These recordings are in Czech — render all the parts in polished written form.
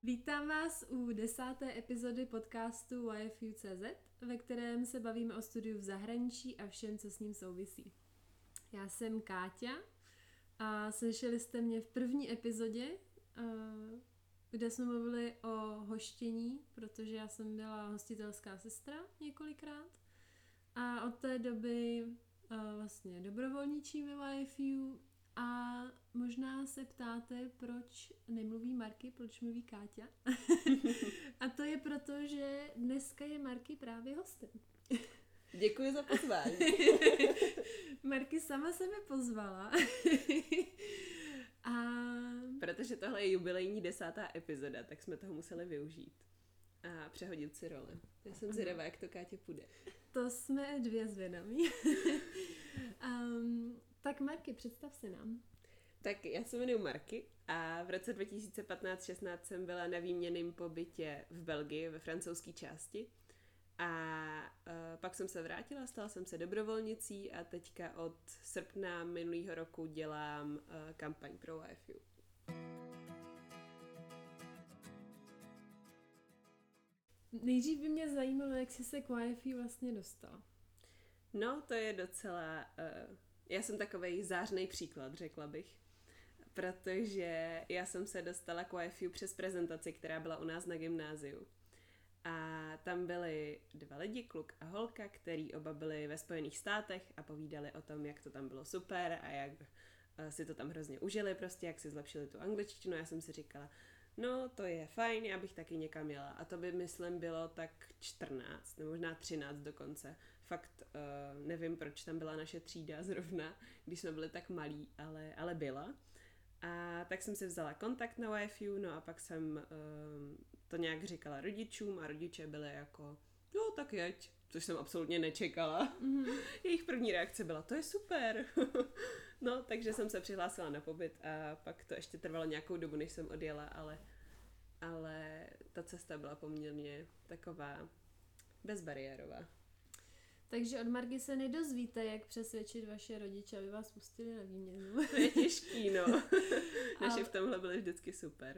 Vítám vás u 10. epizody podcastu YFU.cz, ve kterém se bavíme o studiu v zahraničí a všem, co s ním souvisí. Já jsem Káťa a slyšeli jste mě v první epizodě, kde jsme mluvili o hoštění, protože já jsem byla hostitelská sestra několikrát a od té doby vlastně dobrovolničím ve YFU. A možná se ptáte, proč nemluví Marky, proč mluví Káťa. A to je proto, že dneska je Marky právě hostem. Děkuji za pozvání. Marky sama sebe pozvala. A... Protože tohle je jubilejní 10. epizoda, tak jsme toho museli využít. A přehodit si role. Já jsem zvědavá, jak to Kátě půjde. To jsme dvě zvědaví. Tak Marky, představ se nám. Tak já se jmenuji Marky a v roce 2015-16 jsem byla na výměnném pobytě v Belgii, ve francouzské části. A pak jsem se vrátila, stala jsem se dobrovolnicí a teďka od srpna minulého roku dělám kampaň pro YFU. Nejdřív by mě zajímalo, jak jsi se k YFU vlastně dostala. No, to je docela... já jsem takovej zářnej příklad, řekla bych. Protože já jsem se dostala k YFU přes prezentaci, která byla u nás na gymnáziu. A tam byli dva lidi, kluk a holka, který oba byli ve Spojených státech a povídali o tom, jak to tam bylo super a jak si to tam hrozně užili, prostě jak si zlepšili tu angličtinu. Já jsem si říkala, no to je fajn, já bych taky někam jela. A to by, myslím, bylo tak 14, nebo možná 13 dokonce. Fakt nevím, proč tam byla naše třída zrovna, když jsme byli tak malí, ale byla. A tak jsem si vzala kontakt na YFU, no a pak jsem to nějak říkala rodičům a rodiče byli jako, no tak jeď, což jsem absolutně nečekala. Jejich první reakce byla, to je super. No, takže jsem se přihlásila na pobyt a pak to ještě trvalo nějakou dobu, než jsem odjela, ale ta cesta byla poměrně taková bezbariérová. Takže od Marky se nedozvíte, jak přesvědčit vaše rodiče, aby vás pustili na výměnu. To je těžký, no. Naše v tomhle byly vždycky super.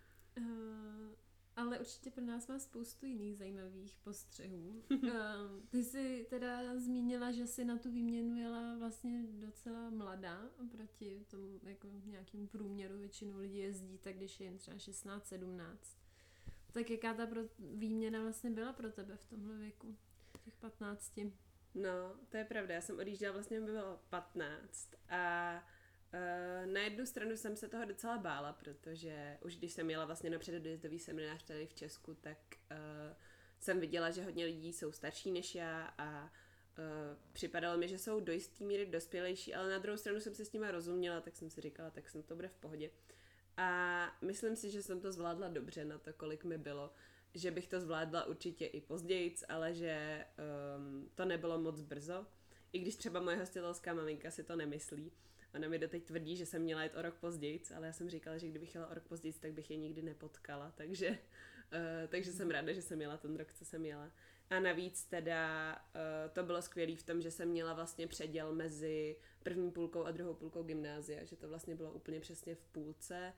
Ale určitě pro nás má spoustu jiných zajímavých postřehů. Ty jsi teda zmínila, že jsi na tu výměnu jela vlastně docela mladá oproti tomu jako nějakému průměru. Většinou lidí jezdí tak, když je jen třeba 16-17. Tak jaká ta výměna vlastně byla pro tebe v tomhle věku? Těch 15. No, to je pravda. Já jsem odjížděla vlastně, by bylo 15 a na jednu stranu jsem se toho docela bála, protože už když jsem jela vlastně na předodjezdový seminář tady v Česku, tak jsem viděla, že hodně lidí jsou starší než já a připadalo mi, že jsou do jistý míry dospělejší, ale na druhou stranu jsem si s nima rozuměla, tak jsem si říkala, tak snad to bude v pohodě. A myslím si, že jsem to zvládla dobře na to, kolik mi bylo, že bych to zvládla určitě i později, ale že to nebylo moc brzo. I když třeba moje hostitelská maminka si to nemyslí. Ona mi doteď tvrdí, že jsem měla jet o rok později, ale já jsem říkala, že kdybych jela o rok později, tak bych je nikdy nepotkala. Takže jsem ráda, že jsem jela ten rok, co jsem jela. A navíc teda to bylo skvělé v tom, že jsem měla vlastně předěl mezi první půlkou a druhou půlkou gymnázia, že to vlastně bylo úplně přesně v půlce.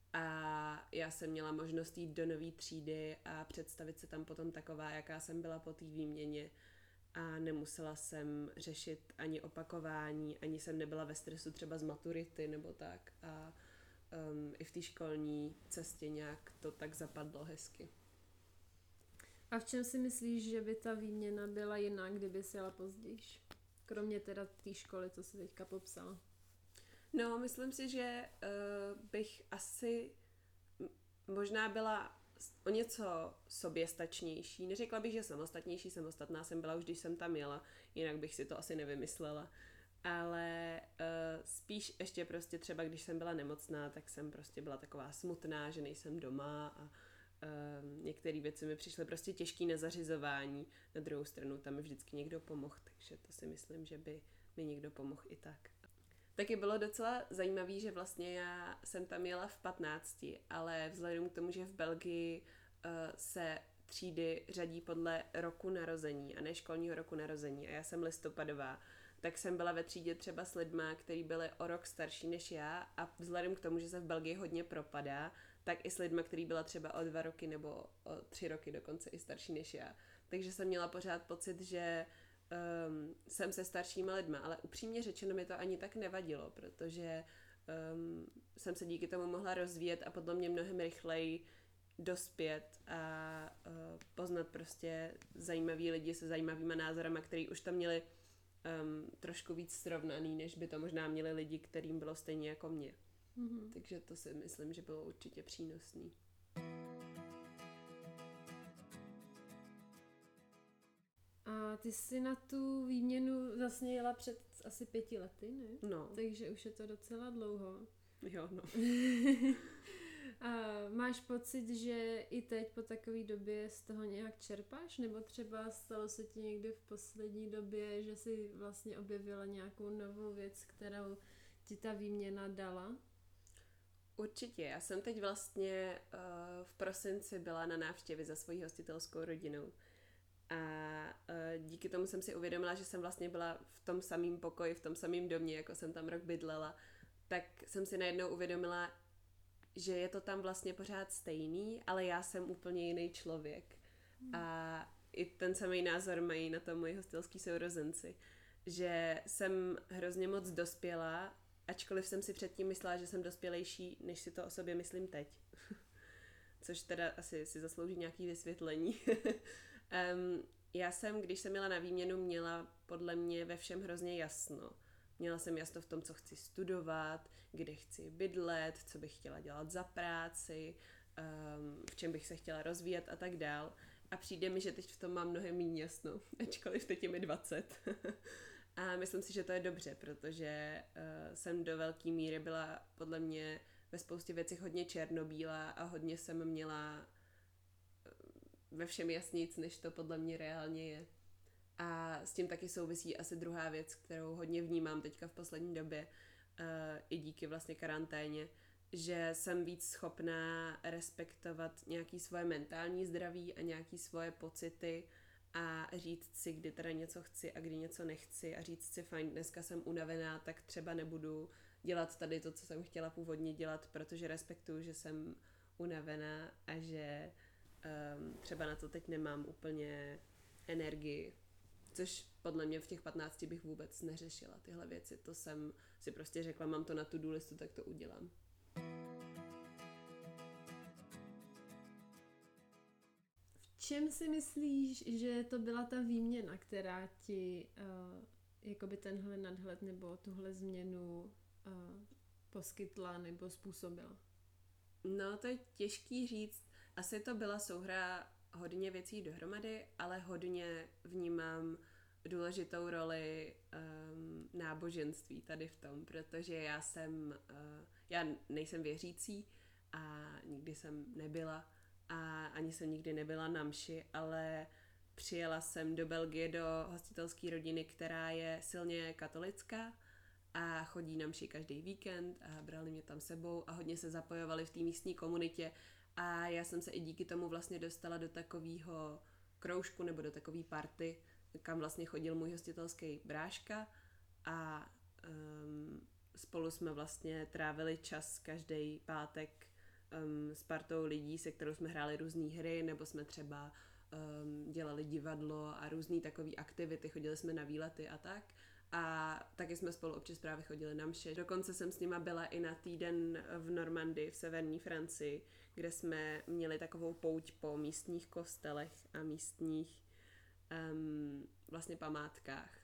A já jsem měla možnost jít do nové třídy a představit se tam potom taková, jaká jsem byla po té výměně. A nemusela jsem řešit ani opakování, ani jsem nebyla ve stresu třeba z maturity nebo tak. A i v té školní cestě nějak to tak zapadlo hezky. A v čem si myslíš, že by ta výměna byla jiná, kdyby jsi jela později? Kromě teda té školy, co jsi teďka popsala. No, myslím si, že bych asi možná byla o něco soběstačnější. Neřekla bych, že samostatnější, samostatná jsem byla už, když jsem tam jela, jinak bych si to asi nevymyslela. Ale spíš ještě prostě třeba, když jsem byla nemocná, tak jsem prostě byla taková smutná, že nejsem doma a některé věci mi přišly prostě těžký na zařizování. Na druhou stranu tam mi vždycky někdo pomohl, takže to si myslím, že by mi někdo pomohl i tak. Taky bylo docela zajímavé, že vlastně já jsem tam jela v 15, ale vzhledem k tomu, že v Belgii se třídy řadí podle roku narození a ne školního roku narození a já jsem listopadová, tak jsem byla ve třídě třeba s lidma, kteří byli o rok starší než já a vzhledem k tomu, že se v Belgii hodně propadá, tak i s lidma, který byla třeba o 2 roky nebo o 3 roky dokonce i starší než já. Takže jsem měla pořád pocit, že jsem se staršíma lidma, ale upřímně řečeno mi to ani tak nevadilo, protože jsem se díky tomu mohla rozvíjet a podle mě mnohem rychleji dospět a poznat prostě zajímavý lidi se zajímavýma názorama, který už tam měli trošku víc srovnaný, než by to možná měli lidi, kterým bylo stejně jako mě. Mm-hmm. Takže to si myslím, že bylo určitě přínosný. A ty jsi na tu výměnu vlastně jela před asi 5 lety, ne? No. Takže už je to docela dlouho. Jo, no. A máš pocit, že i teď po takové době z toho nějak čerpáš? Nebo třeba stalo se ti někdy v poslední době, že jsi vlastně objevila nějakou novou věc, kterou ti ta výměna dala? Určitě. Já jsem teď vlastně v prosinci byla na návštěvě za svojí hostitelskou rodinou. A díky tomu jsem si uvědomila, že jsem vlastně byla v tom samém pokoji, v tom samém domě, jako jsem tam rok bydlela. Tak jsem si najednou uvědomila, že je to tam vlastně pořád stejný, ale já jsem úplně jiný člověk. A i ten samý názor mají na to moji hostelský sourozenci. Že jsem hrozně moc dospěla, ačkoliv jsem si předtím myslela, že jsem dospělejší, než si to o sobě myslím teď. Což teda asi si zaslouží nějaké vysvětlení. Já jsem, když jsem měla na výměnu, měla podle mě ve všem hrozně jasno. Měla jsem jasno v tom, co chci studovat, kde chci bydlet, co bych chtěla dělat za práci, v čem bych se chtěla rozvíjet a tak dál. A přijde mi, že teď v tom mám mnohem méně jasno, ačkoliv teď je mi 20. A myslím si, že to je dobře, protože jsem do velké míry byla podle mě ve spoustě věcech hodně černobílá a hodně jsem měla ve všem jasnějc, než to podle mě reálně je. A s tím taky souvisí asi druhá věc, kterou hodně vnímám teďka v poslední době, i díky vlastně karanténě, že jsem víc schopná respektovat nějaký svoje mentální zdraví a nějaký svoje pocity a říct si, kdy teda něco chci a kdy něco nechci a říct si, fajn, dneska jsem unavená, tak třeba nebudu dělat tady to, co jsem chtěla původně dělat, protože respektuju, že jsem unavená a že třeba na to teď nemám úplně energii. Což podle mě v těch 15 bych vůbec neřešila tyhle věci. To jsem si prostě řekla, mám to na to-do listu, tak to udělám. V čem si myslíš, že to byla ta výměna, která ti jakoby tenhle nadhled nebo tuhle změnu poskytla nebo způsobila? No, to je těžký říct. Asi to byla souhra hodně věcí dohromady, ale hodně vnímám důležitou roli náboženství tady v tom, protože já nejsem věřící a nikdy jsem nebyla a ani jsem nikdy nebyla na mši, ale přijela jsem do Belgie do hostitelské rodiny, která je silně katolická a chodí na mši každý víkend a brali mě tam sebou a hodně se zapojovali v té místní komunitě. A já jsem se i díky tomu vlastně dostala do takového kroužku nebo do takové party, kam vlastně chodil můj hostitelský bráška a spolu jsme vlastně trávili čas každý pátek s partou lidí, se kterou jsme hráli různé hry, nebo jsme třeba dělali divadlo a různé takové aktivity, chodili jsme na výlety a tak. A taky jsme spolu občas právě chodili na mše. Dokonce jsem s nima byla i na týden v Normandii v severní Francii, kde jsme měli takovou pouť po místních kostelech a místních vlastně památkách.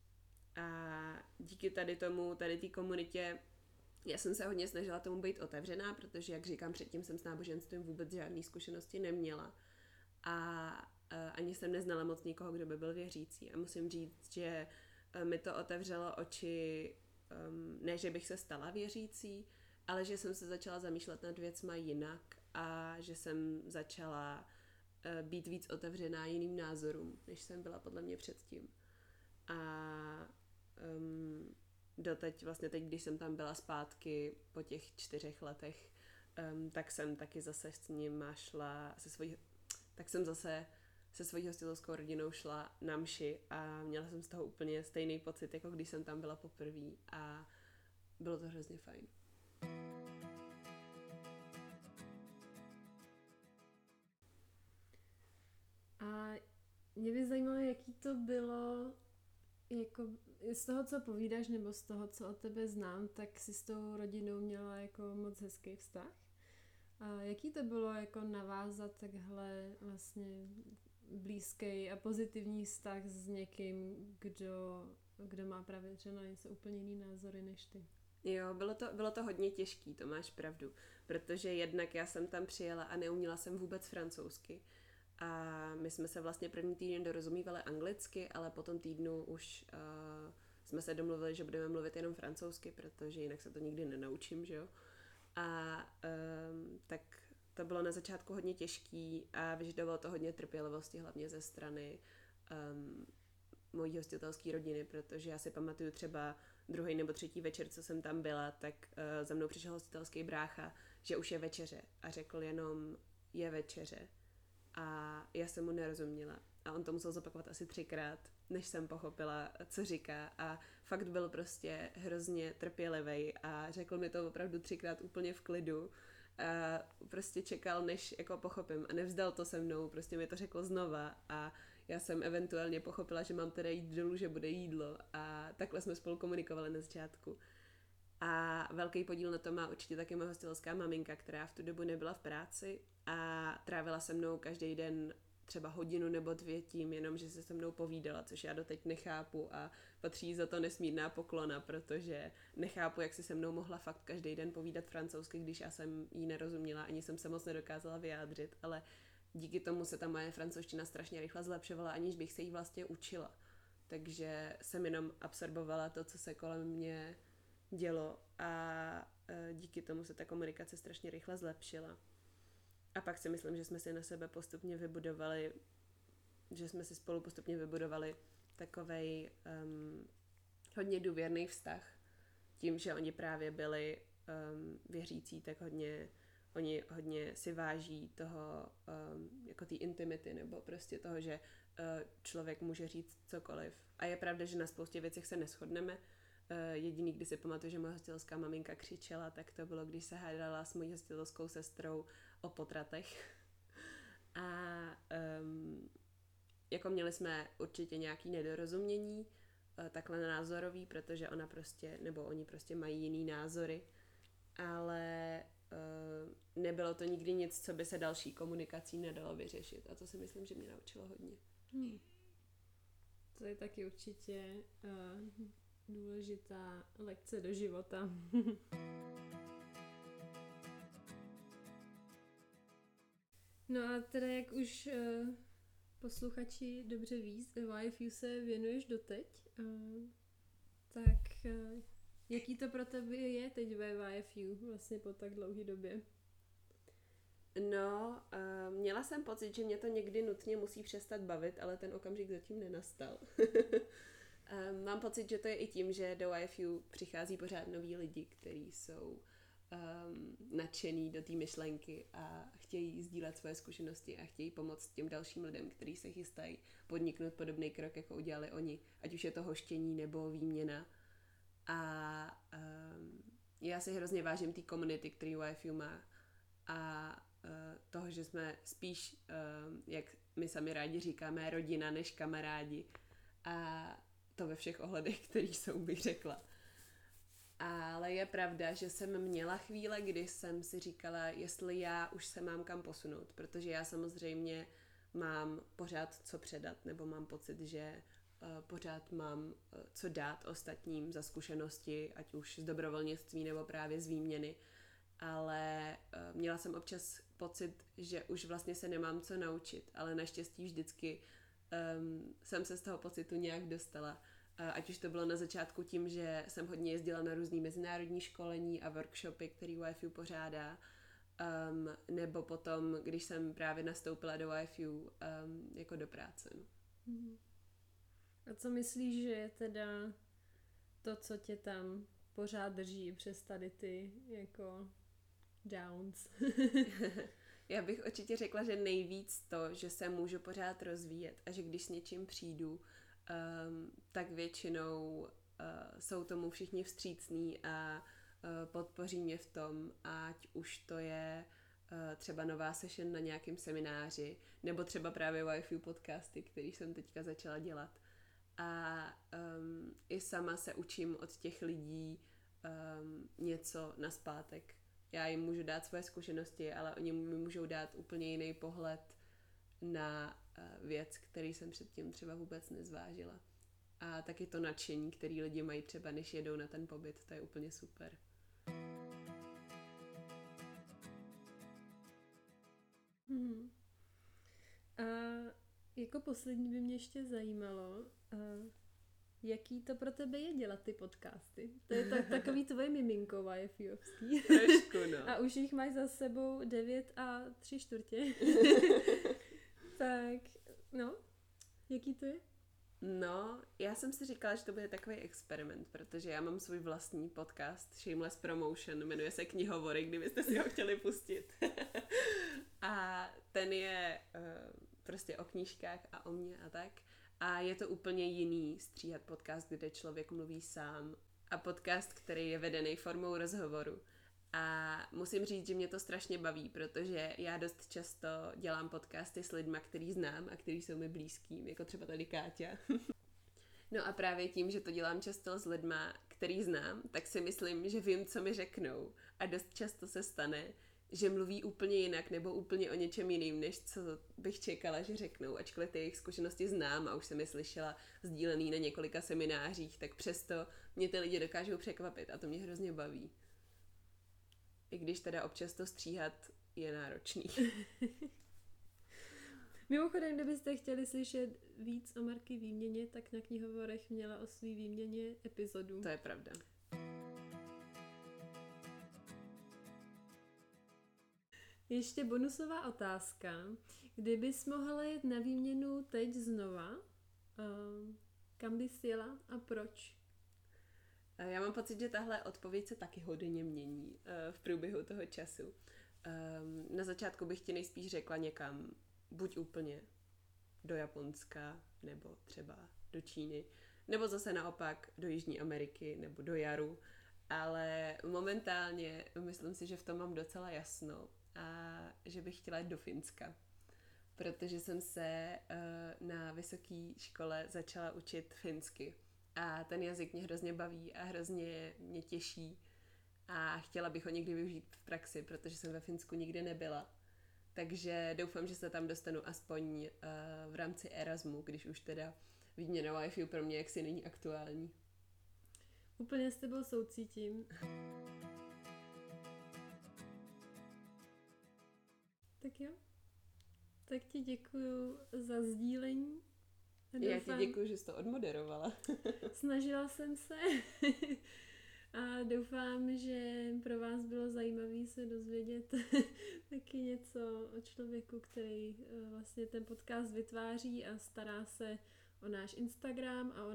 A díky tady té komunitě, já jsem se hodně snažila tomu být otevřená, protože, jak říkám, předtím jsem s náboženstvím vůbec žádné zkušenosti neměla. A ani jsem neznala moc nikoho, kdo by byl věřící. A musím říct, že mi to otevřelo oči, ne, že bych se stala věřící, ale že jsem se začala zamýšlet nad věcma jinak a že jsem začala být víc otevřená jiným názorům, než jsem byla podle mě předtím. A doteď, vlastně teď, když jsem tam byla zpátky po těch 4 letech, tak jsem taky zase s nima šla, se svojí hostitelskou rodinou šla na mši a měla jsem z toho úplně stejný pocit, jako když jsem tam byla poprvé a bylo to hrozně fajn. Mě by zajímalo, jaký to bylo, jako z toho, co povídáš, nebo z toho, co o tebe znám, tak si s tou rodinou měla jako moc hezký vztah. A jaký to bylo jako navázat takhle vlastně blízký a pozitivní vztah s někým, kdo má právě třeba něco úplně jiný názory než ty? Jo, bylo to hodně těžký, to máš pravdu, protože jednak já jsem tam přijela a neuměla jsem vůbec francouzsky a my jsme se vlastně první týden dorozumívali anglicky, ale po tom týdnu už jsme se domluvili, že budeme mluvit jenom francouzsky, protože jinak se to nikdy nenaučím, že jo. A tak to bylo na začátku hodně těžký a vyžadovalo to hodně trpělivosti, hlavně ze strany mojí hostitelské rodiny, protože já si pamatuju třeba druhý nebo třetí večer, co jsem tam byla, tak za mnou přišel hostitelský brácha, že už je večeře a řekl jenom je večeře a já jsem mu nerozuměla a on to musel zopakovat asi 3krát, než jsem pochopila, co říká a fakt byl prostě hrozně trpělivý a řekl mi to opravdu 3krát úplně v klidu a prostě čekal, než jako pochopím a nevzdal to se mnou, prostě mi to řekl znova a já jsem eventuálně pochopila, že mám teda jít dolů, že bude jídlo a takhle jsme spolu komunikovali na začátku. A velký podíl na to má určitě taky moje hostitelská maminka, která v tu dobu nebyla v práci a trávila se mnou každý den třeba hodinu nebo 2 tím, jenom že se mnou povídala, což já doteď nechápu a patří za to nesmírná poklona, protože nechápu, jak si se mnou mohla fakt každý den povídat francouzsky, když já jsem jí nerozuměla, ani jsem se moc nedokázala vyjádřit, ale díky tomu se ta moje francouzština strašně rychle zlepšovala, aniž bych se jí vlastně učila. Takže jsem jenom absorbovala to, co se kolem mě dělo a díky tomu se ta komunikace strašně rychle zlepšila. A pak si myslím, že jsme si na sebe postupně vybudovali, že jsme si spolu postupně vybudovali takovej hodně důvěrný vztah. Tím, že oni právě byli věřící, tak oni hodně si váží toho, jako té intimity, nebo prostě toho, že člověk může říct cokoliv. A je pravda, že na spoustě věcech se neshodneme. Jediný, kdy si pamatuju, že moje hostitelská maminka křičela, tak to bylo, když se hádala s mojí hostitelskou sestrou o potratech. A jako měli jsme určitě nějaký nedorozumění, takhle názorový, protože ona prostě, nebo oni prostě mají jiný názory, ale nebylo to nikdy nic, co by se další komunikací nedalo vyřešit. A to si myslím, že mě naučilo hodně. To je taky určitě důležitá lekce do života. No a teda, jak už posluchači dobře ví, YFU se věnuješ doteď, tak jaký to pro tebe je teď ve YFU vlastně po tak dlouhé době? No, měla jsem pocit, že mě to někdy nutně musí přestat bavit, ale ten okamžik zatím nenastal. Mám pocit, že to je i tím, že do YFU přichází pořád noví lidi, kteří jsou nadšený do té myšlenky a chtějí sdílet svoje zkušenosti a chtějí pomoct těm dalším lidem, kteří se chystají podniknout podobný krok, jako udělali oni, ať už je to hoštění nebo výměna. A já si hrozně vážím té komunity, který YFU má a toho, že jsme spíš, jak my sami rádi říkáme, rodina než kamarádi a to ve všech ohledech, který jsou, bych řekla. Ale je pravda, že jsem měla chvíle, kdy jsem si říkala, jestli já už se mám kam posunout, protože já samozřejmě mám pořád co předat, nebo mám pocit, že pořád mám co dát ostatním za zkušenosti, ať už z dobrovolnictví nebo právě z výměny, ale měla jsem občas pocit, že už vlastně se nemám co naučit, ale naštěstí vždycky jsem se z toho pocitu nějak dostala. Ať už to bylo na začátku tím, že jsem hodně jezdila na různý mezinárodní školení a workshopy, který YFU pořádá, nebo potom, když jsem právě nastoupila do YFU jako do práce. A co myslíš, že je teda to, co tě tam pořád drží přes tady ty jako downs? Já bych určitě řekla, že nejvíc to, že se můžu pořád rozvíjet a že když s něčím přijdu, tak většinou jsou tomu všichni vstřícní a podpoří mě v tom, ať už to je třeba nová session na nějakém semináři, nebo třeba právě YFU podcasty, který jsem teďka začala dělat. A i sama se učím od těch lidí něco nazpátek. Já jim můžu dát svoje zkušenosti, ale oni mi můžou dát úplně jiný pohled na věc, který jsem předtím třeba vůbec nezvážila. A taky to nadšení, který lidi mají třeba, než jedou na ten pobyt, to je úplně super. A jako poslední by mě ještě zajímalo, jaký to pro tebe je dělat ty podcasty? To je takový tvoje miminko YFUovský. Trošku, no. A už jich máš za sebou 9 3/4. Tak, no, jaký to je? No, já jsem si říkala, že to bude takový experiment, protože já mám svůj vlastní podcast Shameless Promotion, jmenuje se Knihovory, kdybyste si ho chtěli pustit. A ten je prostě o knížkách a o mně a tak. A je to úplně jiný stříhat podcast, kde člověk mluví sám, a podcast, který je vedený formou rozhovoru. A musím říct, že mě to strašně baví, protože já dost často dělám podcasty s lidma, který znám a který jsou mi blízký, jako třeba tady Káťa. No a právě tím, že to dělám často s lidma, který znám, tak si myslím, že vím, co mi řeknou. A dost často se stane, že mluví úplně jinak nebo úplně o něčem jiným, než co bych čekala, že řeknou. Ačkoliv ty jejich zkušenosti znám a už jsem je slyšela sdílený na několika seminářích, tak přesto mě ty lidi dokážou překvapit a to mě hrozně baví. I když teda občas to stříhat je náročný. Mimochodem, kdybyste chtěli slyšet víc o Marky výměně, tak na Knihovorech měla o svý výměně epizodu. To je pravda. Ještě bonusová otázka. Kdybys mohla jet na výměnu teď znova, kam bys jela a proč? Já mám pocit, že tahle odpověď se taky hodně mění v průběhu toho času. Na začátku bych ti nejspíš řekla někam, buď úplně do Japonska, nebo třeba do Číny, nebo zase naopak do Jižní Ameriky, nebo do Jaru, ale momentálně myslím si, že v tom mám docela jasno a že bych chtěla jít do Finska, protože jsem se na vysoké škole začala učit finsky. A ten jazyk mě hrozně baví a hrozně mě těší a chtěla bych ho někdy využít v praxi, protože jsem ve Finsku nikdy nebyla. Takže doufám, že se tam dostanu aspoň v rámci Erasmu, když už teda výměna YFU pro mě jaksi není aktuální. Úplně s tebou soucítím. Tak jo. Tak ti děkuju za sdílení. Já ti děkuju, že jsi to odmoderovala. Snažila jsem se a doufám, že pro vás bylo zajímavé se dozvědět taky něco o člověku, který vlastně ten podcast vytváří a stará se o náš Instagram a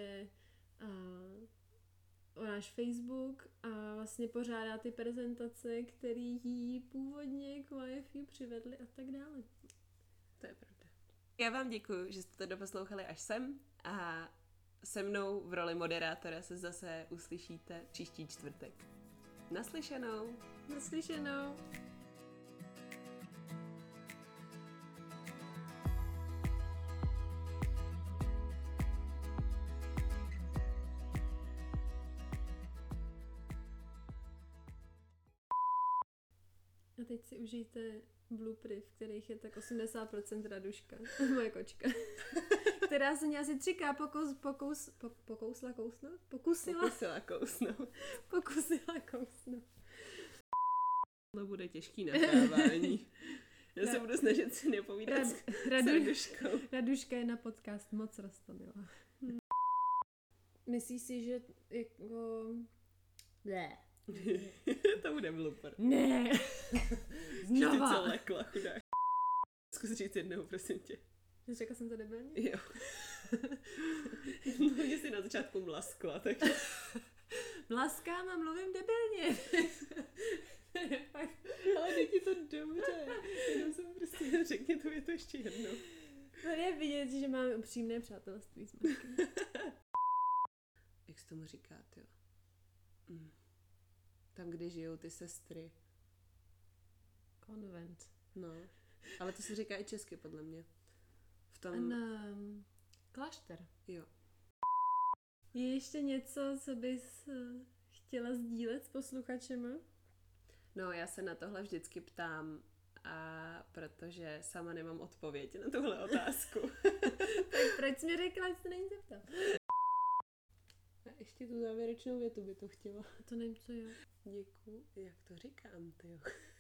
o náš Facebook a vlastně pořádá ty prezentace, které jí původně k YFU přivedly a tak dále. To je pravda. Já vám děkuju, že jste to doposlouchali až sem a se mnou v roli moderátora se zase uslyšíte příští čtvrtek. Naslyšenou! Naslyšenou! A teď si užijte bloopery, v kterých je tak 80% Raduška, moje kočka, která se mě asi 3krát pokusila kousnout. To bude těžký nahrávání. Já se budu snažit si nepovídat s Raduškou. Raduška je na podcast moc roztomilá. Myslíš si, že jako... Ne. To bude blooper. Ne. Znova. Ty co lekla, chudák. Zkus říct jednou, prosím tě. Řekla jsem to debilně? Jo. No, mě si na začátku mlaskla, takže... Mlaskám a mluvím debilně. Ale děti to dobře. Jenom jsem prostě řekni to, je to ještě jednou. Tady je vidět, že máme upřímné přátelství s Markem. Jak se tomu říká, jo? Tam, kde žijou ty sestry. Konvent. No, ale to se říká i česky, podle mě. V tom... Klášter. Jo. Je ještě něco, co bys chtěla sdílet s posluchačem? No, já se na tohle vždycky ptám, a protože sama nemám odpověď na tuhle otázku. Tak proč jsi mi řekla, že se na ní zeptat? A ještě tu závěrečnou větu by to chtěla. To nevím, co je. Děkuju. Jak to říkám, tyjo?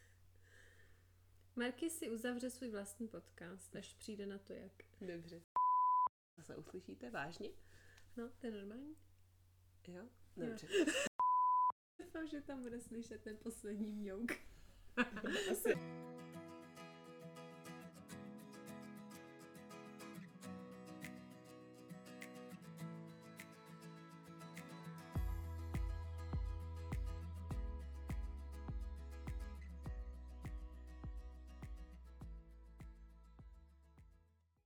Marky si uzavře svůj vlastní podcast, až přijde na to, jak. Dobře. Zase uslyšíte vážně? No, to je normální. Jo? Dobře. Doufám, že tam bude slyšet ten poslední mňouk. Asi.